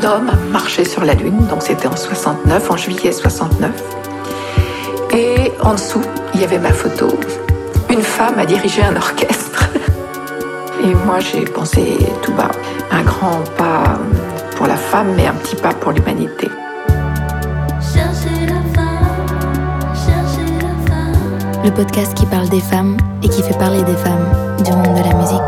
homme marchait sur la Lune, donc c'était en juillet 69. Et en dessous, il y avait ma photo. Une femme a dirigé un orchestre. Et moi, j'ai pensé tout bas, un grand pas pour la femme, mais un petit pas pour l'humanité. Le podcast qui parle des femmes et qui fait parler des femmes du monde de la musique.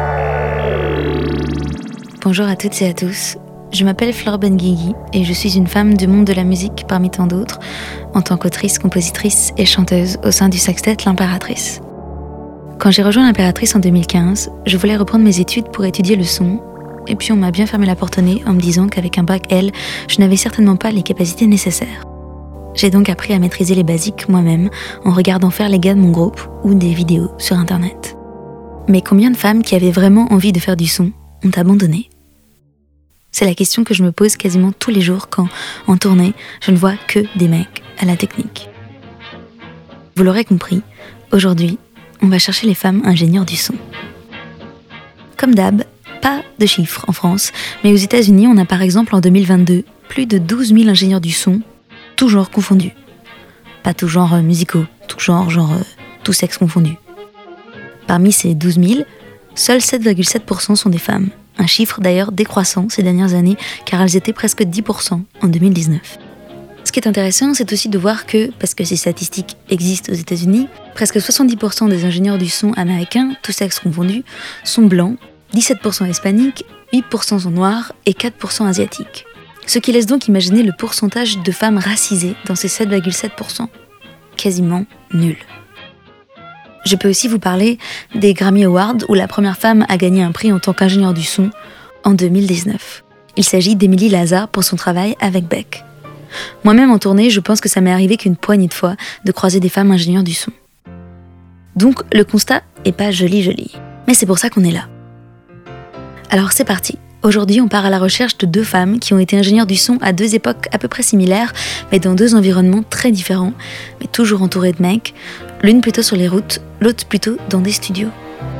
Bonjour à toutes et à tous, je m'appelle Flore Benguigui et je suis une femme du monde de la musique parmi tant d'autres, en tant qu'autrice, compositrice et chanteuse au sein du sextet L'Impératrice. Quand j'ai rejoint L'Impératrice en 2015, je voulais reprendre mes études pour étudier le son, et puis on m'a bien fermé la porte au nez en me disant qu'avec un bac L, je n'avais certainement pas les capacités nécessaires. J'ai donc appris à maîtriser les basiques moi-même en regardant faire les gars de mon groupe ou des vidéos sur internet. Mais combien de femmes qui avaient vraiment envie de faire du son ont abandonné ? C'est la question que je me pose quasiment tous les jours quand, en tournée, je ne vois que des mecs à la technique. Vous l'aurez compris, aujourd'hui, on va chercher les femmes ingénieurs du son. Comme d'hab, pas de chiffres en France, mais aux États-Unis, on a par exemple en 2022 plus de 12 000 ingénieurs du son, tous genres confondus. Pas tous genres musicaux, tous genres, tous sexes confondus. Parmi ces 12 000, seuls 7,7% sont des femmes. Un chiffre d'ailleurs décroissant ces dernières années, car elles étaient presque 10% en 2019. Ce qui est intéressant, c'est aussi de voir que, parce que ces statistiques existent aux États-Unis, presque 70% des ingénieurs du son américains, tous sexes confondus, sont blancs, 17% hispaniques, 8% sont noirs et 4% asiatiques. Ce qui laisse donc imaginer le pourcentage de femmes racisées dans ces 7,7%. Quasiment nul. Je peux aussi vous parler des Grammy Awards où la première femme a gagné un prix en tant qu'ingénieure du son en 2019. Il s'agit d'Émilie Lazare pour son travail avec Beck. Moi-même en tournée, je pense que ça m'est arrivé qu'une poignée de fois de croiser des femmes ingénieures du son. Donc le constat est pas joli, mais c'est pour ça qu'on est là. Alors c'est parti. Aujourd'hui, on part à la recherche de deux femmes qui ont été ingénieures du son à deux époques à peu près similaires, mais dans deux environnements très différents, mais toujours entourées de mecs, l'une plutôt sur les routes, l'autre plutôt dans des studios.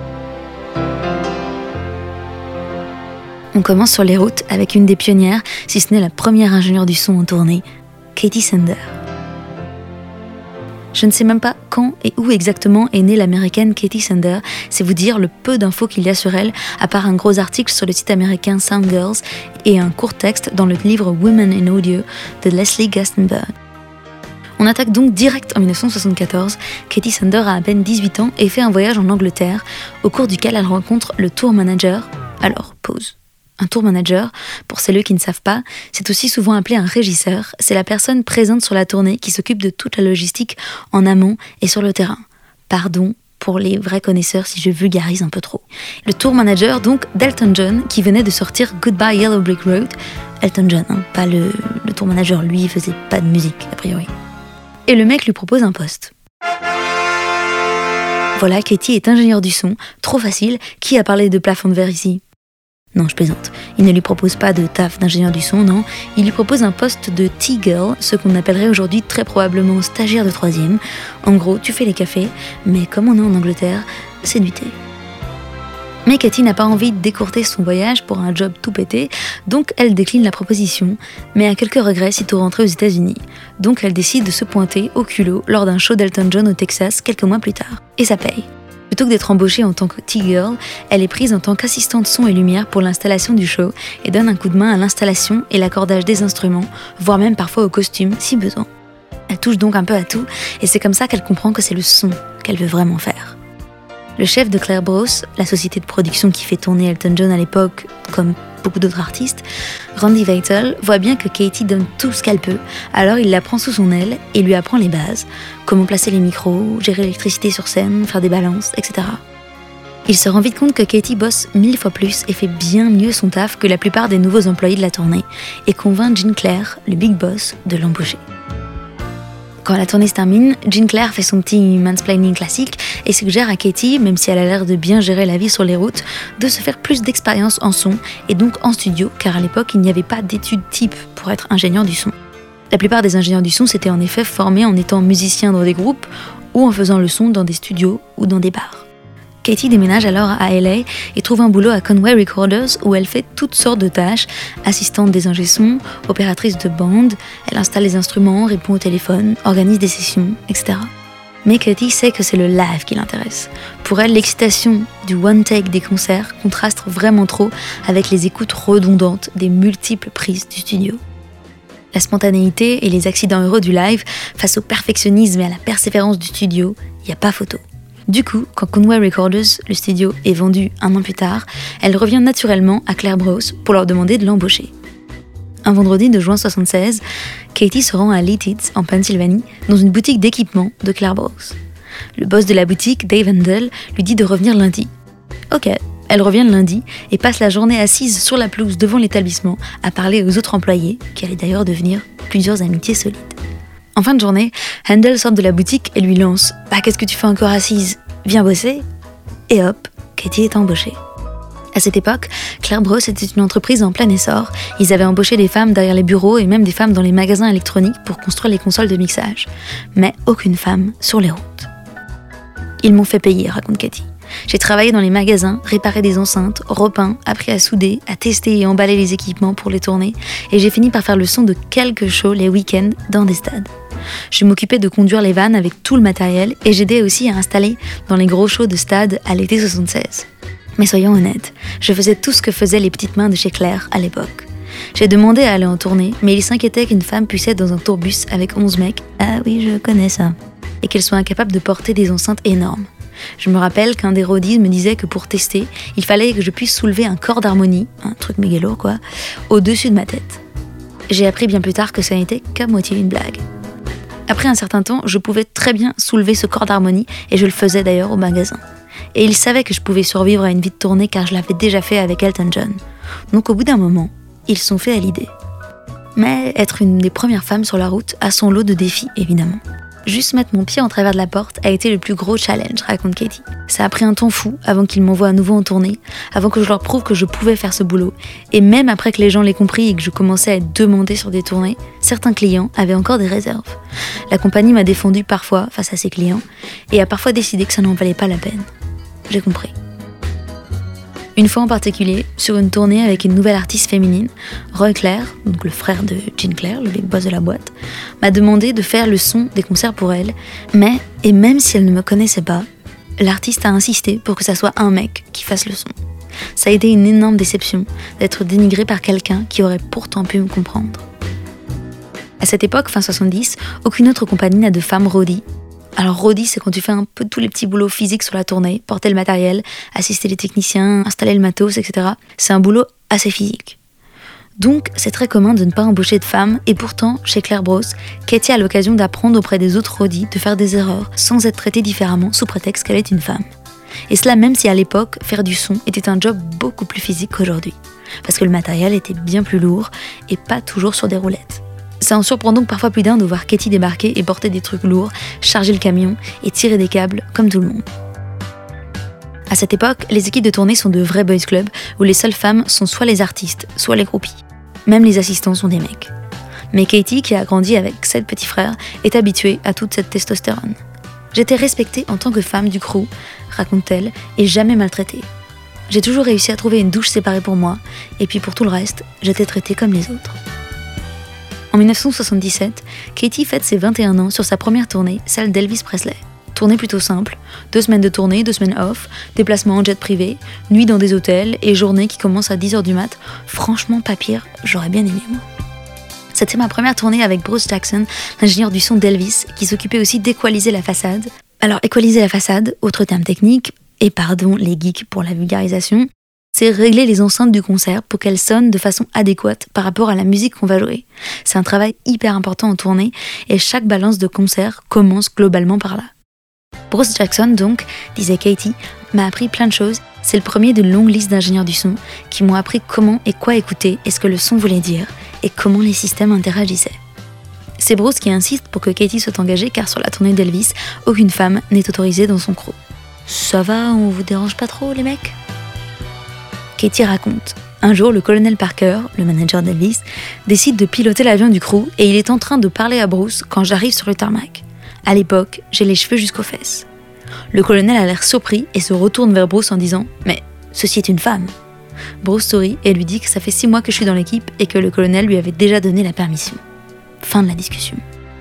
On commence sur les routes avec une des pionnières, si ce n'est la première ingénieure du son en tournée, Katie Sander. Je ne sais même pas quand et où exactement est née l'américaine Katie Sander, c'est vous dire le peu d'infos qu'il y a sur elle, à part un gros article sur le site américain Soundgirls et un court texte dans le livre Women in Audio de Leslie Gastenberg. On attaque donc direct en 1974, Katie Sander a à peine 18 ans et fait un voyage en Angleterre, au cours duquel elle rencontre le tour manager. Alors, pause. Un tour manager, pour celles qui ne savent pas, c'est aussi souvent appelé un régisseur. C'est la personne présente sur la tournée qui s'occupe de toute la logistique en amont et sur le terrain. Pardon pour les vrais connaisseurs si je vulgarise un peu trop. Le tour manager donc d'Elton John qui venait de sortir Goodbye Yellow Brick Road. Elton John, pas le tour manager, lui il faisait pas de musique a priori. Et le mec lui propose un poste. Voilà, Katie est ingénieure du son, trop facile, qui a parlé de plafond de verre ici ? Non, je plaisante. Il ne lui propose pas de taf d'ingénieur du son, non. Il lui propose un poste de tea girl, ce qu'on appellerait aujourd'hui très probablement stagiaire de 3e. En gros, tu fais les cafés, mais comme on est en Angleterre, c'est du thé. Mais Katie n'a pas envie de décourter son voyage pour un job tout pété, donc elle décline la proposition, mais a quelques regrets sitôt rentrée aux États-Unis. Donc elle décide de se pointer au culot lors d'un show d'Elton John au Texas quelques mois plus tard. Et ça paye. Plutôt que d'être embauchée en tant que tea girl, elle est prise en tant qu'assistante son et lumière pour l'installation du show et donne un coup de main à l'installation et l'accordage des instruments, voire même parfois au costume si besoin. Elle touche donc un peu à tout et c'est comme ça qu'elle comprend que c'est le son qu'elle veut vraiment faire. Le chef de Claire Bros, la société de production qui fait tourner Elton John à l'époque, comme beaucoup d'autres artistes, Randy Veitel, voit bien que Katie donne tout ce qu'elle peut, alors il la prend sous son aile et lui apprend les bases, comment placer les micros, gérer l'électricité sur scène, faire des balances, etc. Il se rend vite compte que Katie bosse 1000 fois plus et fait bien mieux son taf que la plupart des nouveaux employés de la tournée, et convainc Gene Clair, le big boss, de l'embaucher. Quand la tournée se termine, Gene Clair fait son petit mansplaining classique et suggère à Katie, même si elle a l'air de bien gérer la vie sur les routes, de se faire plus d'expérience en son et donc en studio, car à l'époque il n'y avait pas d'études type pour être ingénieur du son. La plupart des ingénieurs du son s'étaient en effet formés en étant musiciens dans des groupes ou en faisant le son dans des studios ou dans des bars. Katie déménage alors à LA et trouve un boulot à Conway Recorders où elle fait toutes sortes de tâches, assistante des ingé-sons, opératrice de bande, elle installe les instruments, répond au téléphone, organise des sessions, etc. Mais Katie sait que c'est le live qui l'intéresse. Pour elle, l'excitation du one take des concerts contraste vraiment trop avec les écoutes redondantes des multiples prises du studio. La spontanéité et les accidents heureux du live face au perfectionnisme et à la persévérance du studio, il n'y a pas photo. Du coup, quand Conway Recorders, le studio, est vendu un an plus tard, elle revient naturellement à Claire Bros pour leur demander de l'embaucher. Un vendredi de juin 1976, Katie se rend à Lititz, en Pennsylvanie, dans une boutique d'équipement de Claire Bros. Le boss de la boutique, Dave Handel, lui dit de revenir lundi. Ok, elle revient le lundi et passe la journée assise sur la pelouse devant l'établissement à parler aux autres employés, qui allaient d'ailleurs devenir plusieurs amitiés solides. En fin de journée, Handel sort de la boutique et lui lance « Bah qu'est-ce que tu fais encore assise ? Viens bosser !» Et hop, Katie est embauchée. À cette époque, Claire Bros était une entreprise en plein essor. Ils avaient embauché des femmes derrière les bureaux et même des femmes dans les magasins électroniques pour construire les consoles de mixage. Mais aucune femme sur les routes. Ils m'ont fait payer, raconte Katie. J'ai travaillé dans les magasins, réparé des enceintes, repeint, appris à souder, à tester et emballer les équipements pour les tourner, et j'ai fini par faire le son de quelques shows les week-ends dans des stades. Je m'occupais de conduire les vannes avec tout le matériel et j'aidais aussi à installer dans les gros shows de stade à l'été 76. Mais soyons honnêtes, je faisais tout ce que faisaient les petites mains de chez Claire à l'époque. J'ai demandé à aller en tournée, mais ils s'inquiétaient qu'une femme puisse être dans un tourbus avec 11 mecs, ah oui je connais ça, et qu'elle soit incapable de porter des enceintes énormes. Je me rappelle qu'un des roadies me disait que pour tester, il fallait que je puisse soulever un corps d'harmonie, un truc méga lourd quoi, au-dessus de ma tête. J'ai appris bien plus tard que ça n'était qu'à moitié une blague. Après un certain temps, je pouvais très bien soulever ce corps d'harmonie et je le faisais d'ailleurs au magasin. Et ils savaient que je pouvais survivre à une vie de tournée car je l'avais déjà fait avec Elton John. Donc au bout d'un moment, ils se sont fait à l'idée. Mais être une des premières femmes sur la route a son lot de défis, évidemment. Juste mettre mon pied en travers de la porte a été le plus gros challenge, raconte Katie. Ça a pris un temps fou avant qu'ils m'envoient à nouveau en tournée, avant que je leur prouve que je pouvais faire ce boulot. Et même après que les gens l'aient compris et que je commençais à être demandée sur des tournées, certains clients avaient encore des réserves. La compagnie m'a défendue parfois face à ses clients et a parfois décidé que ça n'en valait pas la peine. J'ai compris. Une fois en particulier, sur une tournée avec une nouvelle artiste féminine, Roy Clair, donc le frère de Gene Clair, le boss de la boîte, m'a demandé de faire le son des concerts pour elle, mais, et même si elle ne me connaissait pas, l'artiste a insisté pour que ça soit un mec qui fasse le son. Ça a été une énorme déception d'être dénigrée par quelqu'un qui aurait pourtant pu me comprendre. À cette époque, fin 70, aucune autre compagnie n'a de femme roadie. Alors roadie, c'est quand tu fais un peu tous les petits boulots physiques sur la tournée, porter le matériel, assister les techniciens, installer le matos, etc. C'est un boulot assez physique. Donc c'est très commun de ne pas embaucher de femmes, et pourtant, chez Claire Bros, Katie a l'occasion d'apprendre auprès des autres roadies de faire des erreurs sans être traitée différemment sous prétexte qu'elle est une femme. Et cela même si à l'époque, faire du son était un job beaucoup plus physique qu'aujourd'hui. Parce que le matériel était bien plus lourd et pas toujours sur des roulettes. Ça en surprend donc parfois plus d'un de voir Katie débarquer et porter des trucs lourds, charger le camion et tirer des câbles comme tout le monde. À cette époque, les équipes de tournée sont de vrais boys clubs où les seules femmes sont soit les artistes, soit les groupies. Même les assistants sont des mecs. Mais Katie, qui a grandi avec 7 petits frères, est habituée à toute cette testostérone. J'étais respectée en tant que femme du crew, raconte-t-elle, et jamais maltraitée. J'ai toujours réussi à trouver une douche séparée pour moi, et puis pour tout le reste, j'étais traitée comme les autres. En 1977, Katie fête ses 21 ans sur sa première tournée, celle d'Elvis Presley. Tournée plutôt simple, 2 semaines de tournée, 2 semaines off, déplacement en jet privé, nuit dans des hôtels et journée qui commence à 10h du mat. Franchement, pas pire, j'aurais bien aimé moi. C'était ma première tournée avec Bruce Jackson, l'ingénieur du son d'Elvis, qui s'occupait aussi d'équaliser la façade. Alors, équaliser la façade, autre terme technique, et pardon les geeks pour la vulgarisation, c'est régler les enceintes du concert pour qu'elles sonnent de façon adéquate par rapport à la musique qu'on va jouer. C'est un travail hyper important en tournée et chaque balance de concert commence globalement par là. Bruce Jackson, donc, disait Katie, m'a appris plein de choses. C'est le premier d'une longue liste d'ingénieurs du son qui m'ont appris comment et quoi écouter et ce que le son voulait dire et comment les systèmes interagissaient. C'est Bruce qui insiste pour que Katie soit engagée car sur la tournée d'Elvis, aucune femme n'est autorisée dans son crew. Ça va, on vous dérange pas trop les mecs ? Katie raconte. Un jour, le colonel Parker, le manager d'Elvis, décide de piloter l'avion du crew et il est en train de parler à Bruce quand j'arrive sur le tarmac. À l'époque, j'ai les cheveux jusqu'aux fesses. Le colonel a l'air surpris et se retourne vers Bruce en disant « Mais ceci est une femme !» Bruce sourit et lui dit que ça fait 6 mois que je suis dans l'équipe et que le colonel lui avait déjà donné la permission. Fin de la discussion.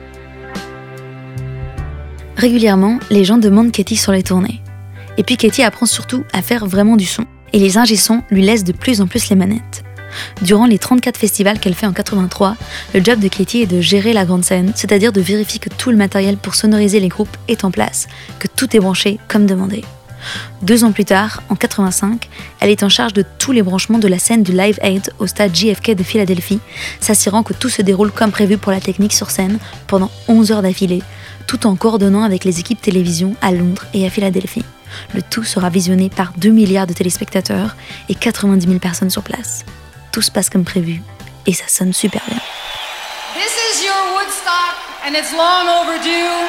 Régulièrement, les gens demandent Katie sur les tournées. Et puis Katie apprend surtout à faire vraiment du son. Et les ingé-sons lui laissent de plus en plus les manettes. Durant les 34 festivals qu'elle fait en 83, le job de Katie est de gérer la grande scène, c'est-à-dire de vérifier que tout le matériel pour sonoriser les groupes est en place, que tout est branché comme demandé. 2 ans plus tard, en 85, elle est en charge de tous les branchements de la scène du Live Aid au stade JFK de Philadelphie, s'assurant que tout se déroule comme prévu pour la technique sur scène pendant 11 heures d'affilée, tout en coordonnant avec les équipes télévision à Londres et à Philadelphie. Le tout sera visionné par 2 milliards de téléspectateurs et 90 000 personnes sur place. Tout se passe comme prévu et ça sonne super bien. This is your Woodstock and it's long overdue.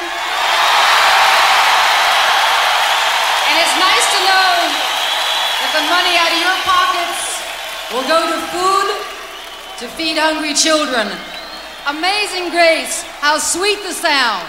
And it's nice to know that the money out of your pockets will go to food to feed hungry children. Amazing grace, how sweet the sound.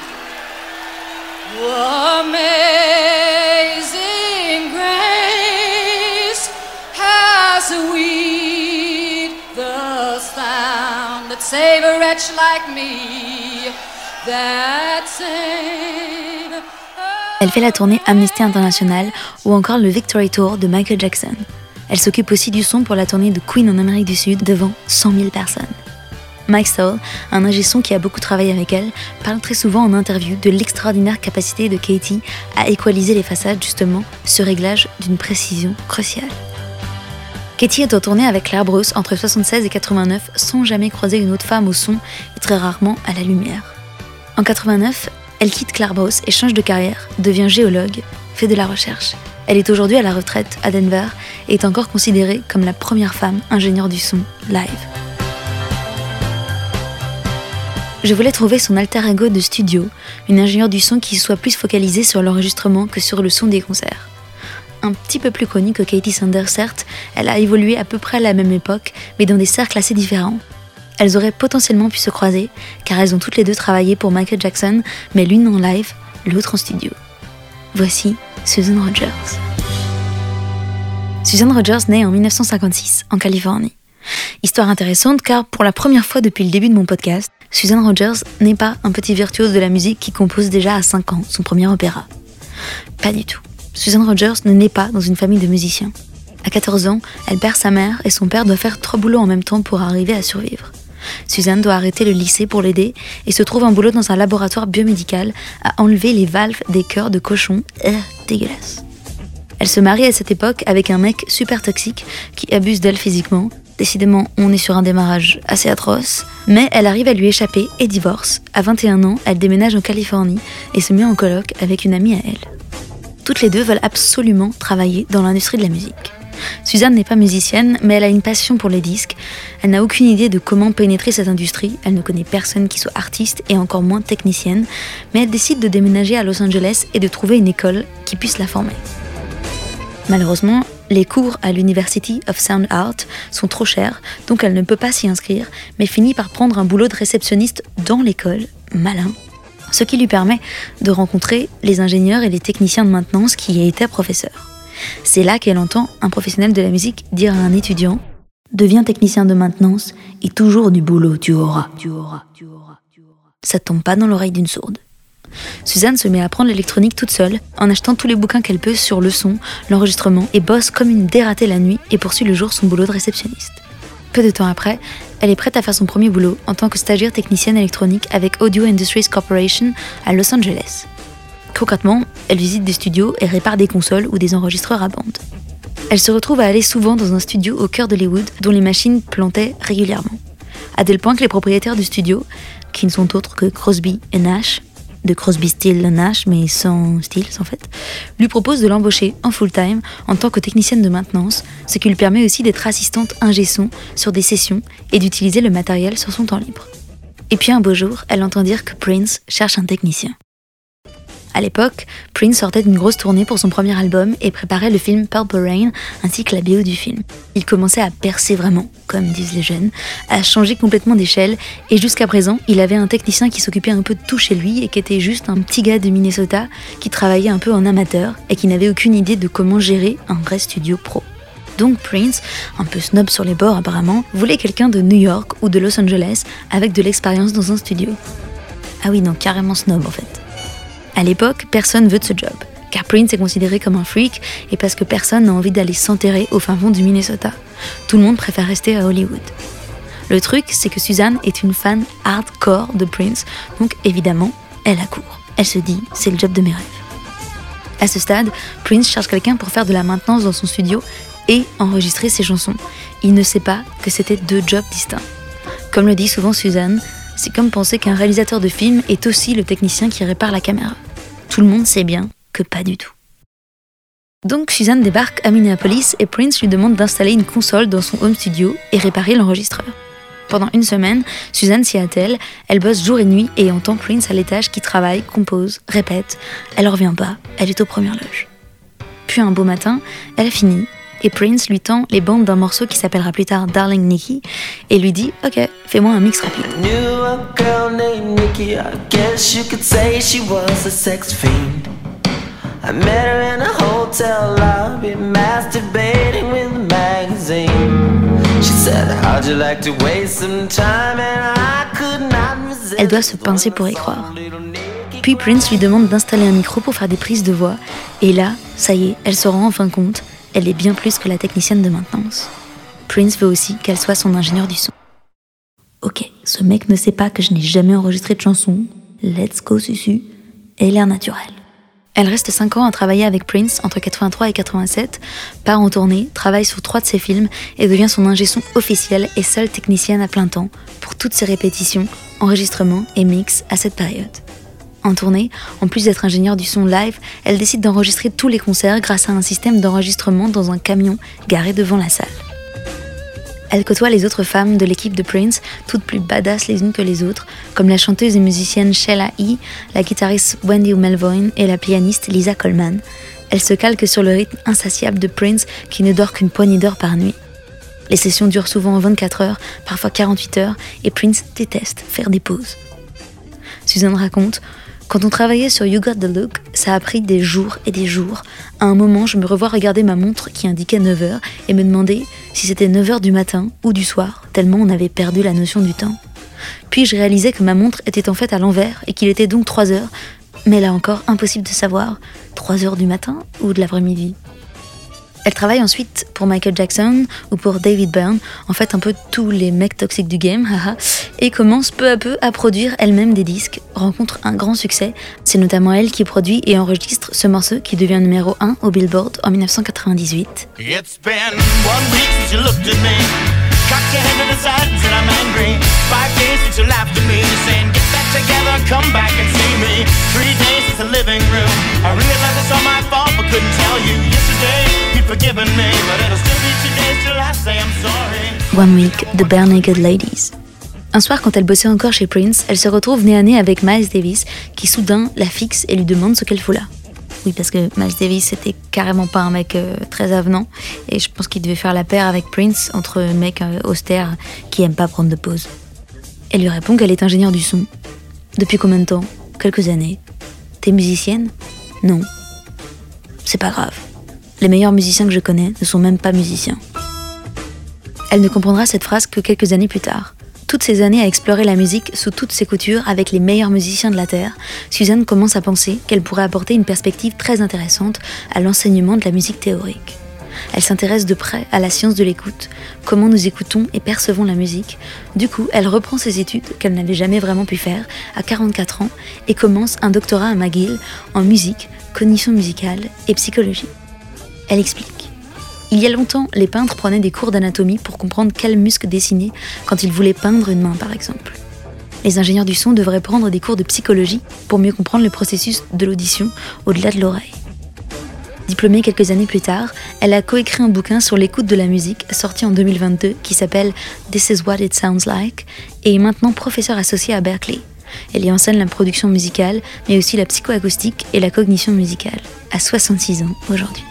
Amazing grace, how sweet the sound that save a wretch like me, that save. Elle fait la tournée Amnesty International ou encore le Victory Tour de Michael Jackson. Elle s'occupe aussi du son pour la tournée de Queen en Amérique du Sud devant 100 000 personnes. Mike Stoll, un ingé-son qui a beaucoup travaillé avec elle, parle très souvent en interview de l'extraordinaire capacité de Katie à équaliser les façades, justement, ce réglage d'une précision cruciale. Katie est en tournée avec Claire Bruce entre 76 et 89 sans jamais croiser une autre femme au son et très rarement à la lumière. En 89, elle quitte Claire Bruce et change de carrière, devient géologue, fait de la recherche. Elle est aujourd'hui à la retraite à Denver et est encore considérée comme la première femme ingénieure du son live. Je voulais trouver son alter ego de studio, une ingénieure du son qui soit plus focalisée sur l'enregistrement que sur le son des concerts. Un petit peu plus connue que Katie Sanders, certes, elle a évolué à peu près à la même époque, mais dans des cercles assez différents. Elles auraient potentiellement pu se croiser, car elles ont toutes les deux travaillé pour Michael Jackson, mais l'une en live, l'autre en studio. Voici Susan Rogers. Susan Rogers naît en 1956, en Californie. Histoire intéressante car pour la première fois depuis le début de mon podcast, Susan Rogers n'est pas un petit virtuose de la musique qui compose déjà à 5 ans son premier opéra. Pas du tout. Susan Rogers ne naît pas dans une famille de musiciens. À 14 ans, elle perd sa mère et son père doit faire 3 boulots en même temps pour arriver à survivre. Susan doit arrêter le lycée pour l'aider et se trouve un boulot dans un laboratoire biomédical à enlever les valves des cœurs de cochons. Dégueulasse. Elle se marie à cette époque avec un mec super toxique qui abuse d'elle physiquement. Décidément, on est sur un démarrage assez atroce, mais elle arrive à lui échapper et divorce. À 21 ans, elle déménage en Californie et se met en coloc avec une amie à elle. Toutes les deux veulent absolument travailler dans l'industrie de la musique. Suzanne n'est pas musicienne, mais elle a une passion pour les disques. Elle n'a aucune idée de comment pénétrer cette industrie. Elle ne connaît personne qui soit artiste et encore moins technicienne, mais elle décide de déménager à Los Angeles et de trouver une école qui puisse la former. Malheureusement, les cours à l'University of Sound Art sont trop chers, donc elle ne peut pas s'y inscrire, mais finit par prendre un boulot de réceptionniste dans l'école, malin, ce qui lui permet de rencontrer les ingénieurs et les techniciens de maintenance qui y étaient professeurs. C'est là qu'elle entend un professionnel de la musique dire à un étudiant « Deviens technicien de maintenance et toujours du boulot tu auras. » Ça tombe pas dans l'oreille d'une sourde. Suzanne se met à apprendre l'électronique toute seule, en achetant tous les bouquins qu'elle peut sur le son, l'enregistrement, et bosse comme une dératée la nuit et poursuit le jour son boulot de réceptionniste. Peu de temps après, elle est prête à faire son premier boulot en tant que stagiaire technicienne électronique avec Audio Industries Corporation à Los Angeles. Concrètement, elle visite des studios et répare des consoles ou des enregistreurs à bande. Elle se retrouve à aller souvent dans un studio au cœur d'Hollywood dont les machines plantaient régulièrement. À tel point que les propriétaires du studio, qui ne sont autres que Crosby et Nash, de Crosby, Stills, Nash, mais sans Stills en fait, lui propose de l'embaucher en full-time en tant que technicienne de maintenance, ce qui lui permet aussi d'être assistante ingé-son sur des sessions et d'utiliser le matériel sur son temps libre. Et puis un beau jour, elle entend dire que Prince cherche un technicien. À l'époque, Prince sortait d'une grosse tournée pour son premier album et préparait le film Purple Rain ainsi que la BO du film. Il commençait à percer vraiment, comme disent les jeunes, à changer complètement d'échelle et jusqu'à présent, il avait un technicien qui s'occupait un peu de tout chez lui et qui était juste un petit gars de Minnesota qui travaillait un peu en amateur et qui n'avait aucune idée de comment gérer un vrai studio pro. Donc Prince, un peu snob sur les bords apparemment, voulait quelqu'un de New York ou de Los Angeles avec de l'expérience dans un studio. Ah oui, non, carrément snob en fait. À l'époque, personne veut de ce job, car Prince est considéré comme un freak et parce que personne n'a envie d'aller s'enterrer au fin fond du Minnesota. Tout le monde préfère rester à Hollywood. Le truc, c'est que Suzanne est une fan hardcore de Prince, donc évidemment, elle accourt. Elle se dit, c'est le job de mes rêves. À ce stade, Prince cherche quelqu'un pour faire de la maintenance dans son studio et enregistrer ses chansons. Il ne sait pas que c'était 2 jobs distincts. Comme le dit souvent Suzanne, c'est comme penser qu'un réalisateur de film est aussi le technicien qui répare la caméra. Tout le monde sait bien que pas du tout. Donc Suzanne débarque à Minneapolis et Prince lui demande d'installer une console dans son home studio et réparer l'enregistreur. Pendant 1 semaine, Suzanne s'y attelle, elle bosse jour et nuit et entend Prince à l'étage qui travaille, compose, répète. Elle en revient pas, elle est aux premières loges. Puis un beau matin, elle a fini et Prince lui tend les bandes d'un morceau qui s'appellera plus tard Darling Nikki et lui dit « Ok, fais-moi un mix rapide ». I met her in a hotel lobby, masturbating with a magazine. She said, how'd you like to waste some time? And I could not resist. Elle doit se pincer pour y croire. Puis Prince lui demande d'installer un micro pour faire des prises de voix. Et là, ça y est, elle se rend enfin compte, elle est bien plus que la technicienne de maintenance. Prince veut aussi qu'elle soit son ingénieur du son. Ok, ce mec ne sait pas que je n'ai jamais enregistré de chanson. Let's go susu. Et l'air naturel. Elle reste 5 ans à travailler avec Prince entre 83 et 87, part en tournée, travaille sur 3 de ses films et devient son ingé son officiel et seule technicienne à plein temps pour toutes ses répétitions, enregistrements et mix à cette période. En tournée, en plus d'être ingénieure du son live, elle décide d'enregistrer tous les concerts grâce à un système d'enregistrement dans un camion garé devant la salle. Elle côtoie les autres femmes de l'équipe de Prince, toutes plus badass les unes que les autres, comme la chanteuse et musicienne Sheila E., la guitariste Wendy Melvoin et la pianiste Lisa Coleman. Elle se calque sur le rythme insatiable de Prince qui ne dort qu'une poignée d'heures par nuit. Les sessions durent souvent 24 heures, parfois 48 heures, et Prince déteste faire des pauses. Suzanne raconte: quand on travaillait sur You Got the Look, ça a pris des jours et des jours. À un moment, je me revois regarder ma montre qui indiquait 9h et me demander si c'était 9h du matin ou du soir, tellement on avait perdu la notion du temps. Puis je réalisais que ma montre était en fait à l'envers et qu'il était donc 3h, mais là encore, impossible de savoir, 3h du matin ou de l'après-midi. Elle travaille ensuite pour Michael Jackson ou pour David Byrne, en fait un peu tous les mecs toxiques du game, haha, et commence peu à peu à produire elle-même des disques, rencontre un grand succès. C'est notamment elle qui produit et enregistre ce morceau qui devient numéro 1 au Billboard en 1998. It's been 1 week since you looked at me. Cock your head to the side and said I'm angry. 5 days since you laughed at me, saying get back together, come back and see me. 3 days since the living room. I realized it's all my fault but couldn't tell you. Yesterday you'd forgiven me, but it'll still be 2 days till I say I'm sorry. 1 week, the Bare Naked Ladies. Un soir, quand elle bossait encore chez Prince, elle se retrouve nez à nez avec Miles Davis, qui soudain la fixe et lui demande ce qu'elle fout là. Oui, parce que Miles Davis, c'était carrément pas un mec très avenant, et je pense qu'il devait faire la paire avec Prince, entre un mec austère qui aime pas prendre de pause. Elle lui répond qu'elle est ingénieure du son. Depuis combien de temps ? Quelques années. T'es musicienne ? Non. C'est pas grave. Les meilleurs musiciens que je connais ne sont même pas musiciens. Elle ne comprendra cette phrase que quelques années plus tard. Toutes ces années à explorer la musique sous toutes ses coutures avec les meilleurs musiciens de la Terre, Suzanne commence à penser qu'elle pourrait apporter une perspective très intéressante à l'enseignement de la musique théorique. Elle s'intéresse de près à la science de l'écoute, comment nous écoutons et percevons la musique. Du coup, elle reprend ses études qu'elle n'avait jamais vraiment pu faire à 44 ans et commence un doctorat à McGill en musique, cognition musicale et psychologie. Elle explique. Il y a longtemps, les peintres prenaient des cours d'anatomie pour comprendre quel muscle dessiner quand ils voulaient peindre une main, par exemple. Les ingénieurs du son devraient prendre des cours de psychologie pour mieux comprendre le processus de l'audition au-delà de l'oreille. Diplômée quelques années plus tard, elle a coécrit un bouquin sur l'écoute de la musique sorti en 2022 qui s'appelle « This is what it sounds like » et est maintenant professeure associée à Berkeley. Elle y enseigne la production musicale, mais aussi la psychoacoustique et la cognition musicale, à 66 ans aujourd'hui.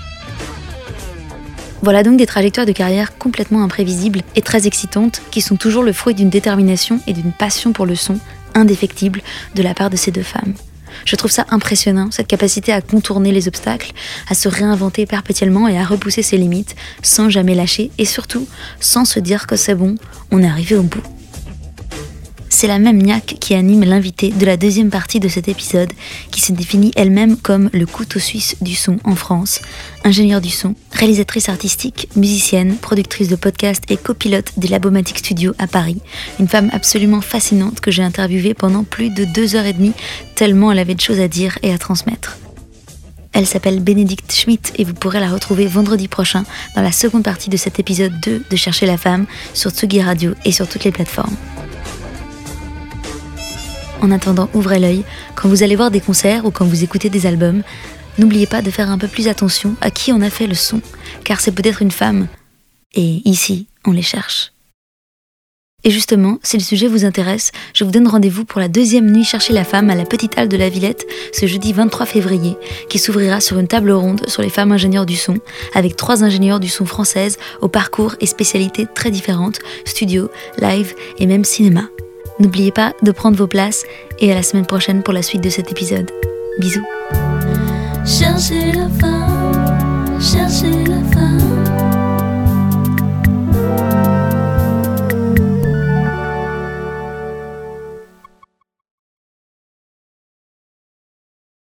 Voilà donc des trajectoires de carrière complètement imprévisibles et très excitantes qui sont toujours le fruit d'une détermination et d'une passion pour le son indéfectible de la part de ces deux femmes. Je trouve ça impressionnant, cette capacité à contourner les obstacles, à se réinventer perpétuellement et à repousser ses limites sans jamais lâcher et surtout sans se dire que c'est bon, on est arrivé au bout. C'est la même niaque qui anime l'invitée de la deuxième partie de cet épisode, qui se définit elle-même comme le couteau suisse du son en France, ingénieure du son, réalisatrice artistique, musicienne, productrice de podcasts et copilote des Labomatic Studios à Paris. Une femme absolument fascinante que j'ai interviewée pendant plus de 2h30, tellement elle avait de choses à dire et à transmettre. Elle s'appelle Bénédicte Schmitt et vous pourrez la retrouver vendredi prochain dans la seconde partie de cet épisode 2 de Chercher la femme sur Tsugi Radio et sur toutes les plateformes. En attendant, ouvrez l'œil, quand vous allez voir des concerts ou quand vous écoutez des albums, n'oubliez pas de faire un peu plus attention à qui on a fait le son, car c'est peut-être une femme. Et ici, on les cherche. Et justement, si le sujet vous intéresse, je vous donne rendez-vous pour la deuxième nuit Chercher la femme à la Petite Halle de la Villette, ce jeudi 23 février, qui s'ouvrira sur une table ronde sur les femmes ingénieures du son, avec 3 ingénieures du son françaises au parcours et spécialités très différentes, studio, live et même cinéma. N'oubliez pas de prendre vos places et à la semaine prochaine pour la suite de cet épisode. Bisous. Cherchez la femme, cherchez la femme.